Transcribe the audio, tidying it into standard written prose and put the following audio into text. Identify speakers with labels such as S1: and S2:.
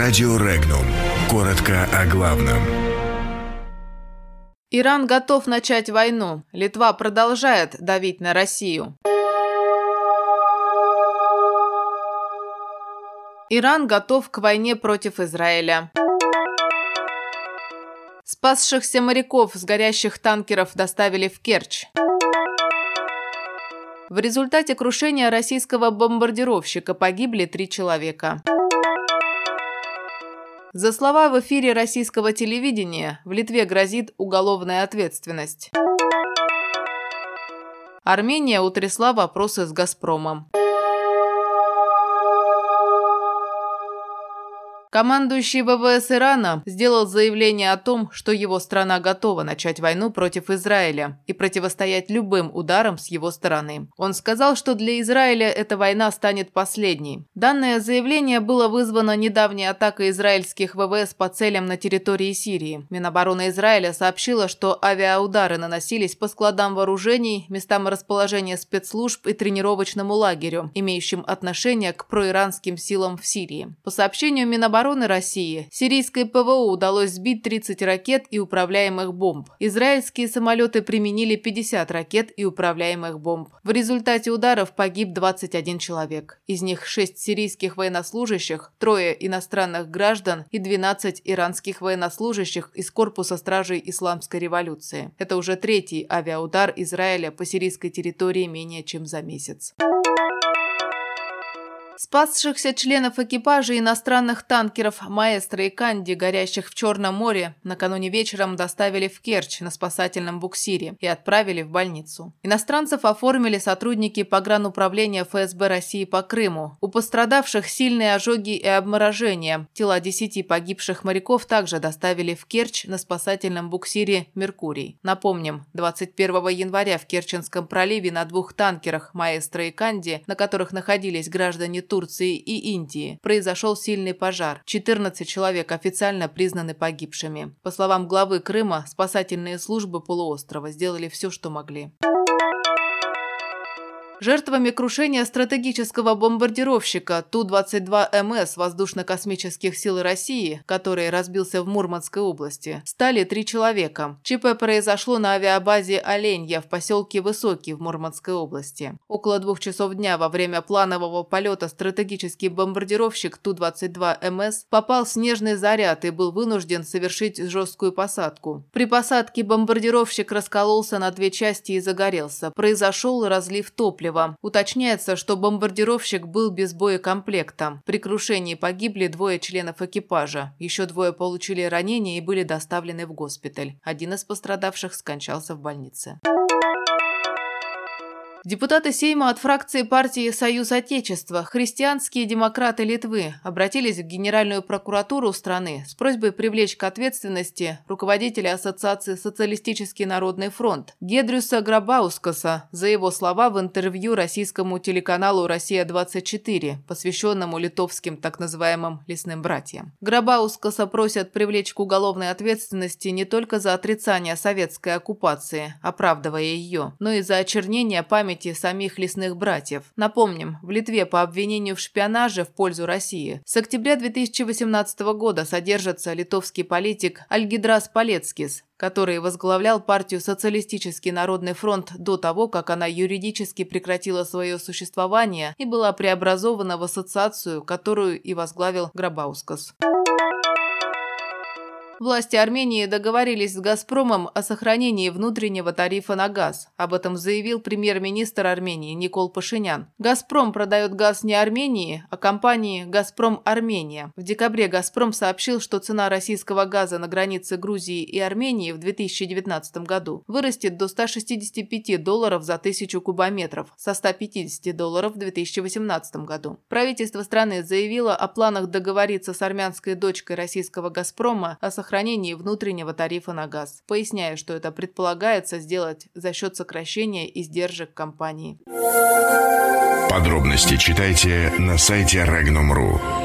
S1: Радио Регнум. Коротко о главном.
S2: Иран готов начать войну. Литва продолжает давить на Россию. Иран готов к войне против Израиля. Спасшихся моряков с горящих танкеров доставили в Керчь. В результате крушения российского бомбардировщика погибли 3 человека. За слова в эфире российского телевидения в Литве грозит уголовная ответственность. Армения утрясла вопросы с «Газпромом». Командующий ВВС Ирана сделал заявление о том, что его страна готова начать войну против Израиля и противостоять любым ударам с его стороны. Он сказал, что для Израиля эта война станет последней. Данное заявление было вызвано недавней атакой израильских ВВС по целям на территории Сирии. Минобороны Израиля сообщила, что авиаудары наносились по складам вооружений, местам расположения спецслужб и тренировочному лагерю, имеющим отношение к проиранским силам в Сирии. По сообщению Минобороны России, сирийской ПВО удалось сбить 30 ракет и управляемых бомб. Израильские самолеты применили 50 ракет и управляемых бомб. В результате ударов погиб 21 человек. Из них 6 сирийских военнослужащих, 3 иностранных граждан и 12 иранских военнослужащих из корпуса стражей Исламской революции. Это уже 3-й авиаудар Израиля по сирийской территории менее чем за месяц. Спасшихся членов экипажа иностранных танкеров «Маэстро» и «Канди», горящих в Черном море, накануне вечером доставили в Керчь на спасательном буксире и отправили в больницу. Иностранцев оформили сотрудники погрануправления ФСБ России по Крыму. У пострадавших сильные ожоги и обморожения. Тела 10 погибших моряков также доставили в Керчь на спасательном буксире «Меркурий». Напомним, 21 января в Керченском проливе на 2 танкерах «Маэстро» и «Канди», на которых находились граждане Турции и Индии, произошел сильный пожар. 14 человек официально признаны погибшими. По словам главы Крыма, спасательные службы полуострова сделали все, что могли. Жертвами крушения стратегического бомбардировщика Ту-22МС воздушно-космических сил России, который разбился в Мурманской области, стали 3 человека. ЧП произошло на авиабазе Оленья в поселке Высокий в Мурманской области. Около 2 часов дня во время планового полета стратегический бомбардировщик Ту-22МС попал в снежный заряд и был вынужден совершить жесткую посадку. При посадке бомбардировщик раскололся на 2 части и загорелся. Произошел разлив топлива. Уточняется, что бомбардировщик был без боекомплекта. При крушении погибли 2 членов экипажа. Еще 2 получили ранения и были доставлены в госпиталь. Один из пострадавших скончался в больнице. Депутаты Сейма от фракции партии «Союз Отечества», христианские демократы Литвы, обратились в Генеральную прокуратуру страны с просьбой привлечь к ответственности руководителя Ассоциации «Социалистический народный фронт» Гедрюса Грабаускаса за его слова в интервью российскому телеканалу «Россия-24», посвященному литовским так называемым «лесным братьям». Грабаускаса просят привлечь к уголовной ответственности не только за отрицание советской оккупации, оправдывая ее, но и за очернение памяти самих лесных братьев. Напомним, в Литве по обвинению в шпионаже в пользу России с октября 2018 года содержится литовский политик Альгидрас Палецкис, который возглавлял партию «Социалистический народный фронт» до того, как она юридически прекратила свое существование и была преобразована в ассоциацию, которую и возглавил Грабаускас. Власти Армении договорились с «Газпромом» о сохранении внутреннего тарифа на газ. Об этом заявил премьер-министр Армении Никол Пашинян. «Газпром» продает газ не Армении, а компании «Газпром Армения». В декабре «Газпром» сообщил, что цена российского газа на границе Грузии и Армении в 2019 году вырастет до $165 за 1000 кубометров, со $150 в 2018 году. Правительство страны заявило о планах договориться с армянской дочкой российского «Газпрома» о сохранении внутреннего тарифа на газ, поясняя, что это предполагается сделать за счет сокращения издержек компании.
S1: Подробности читайте на сайте Regnum.ru.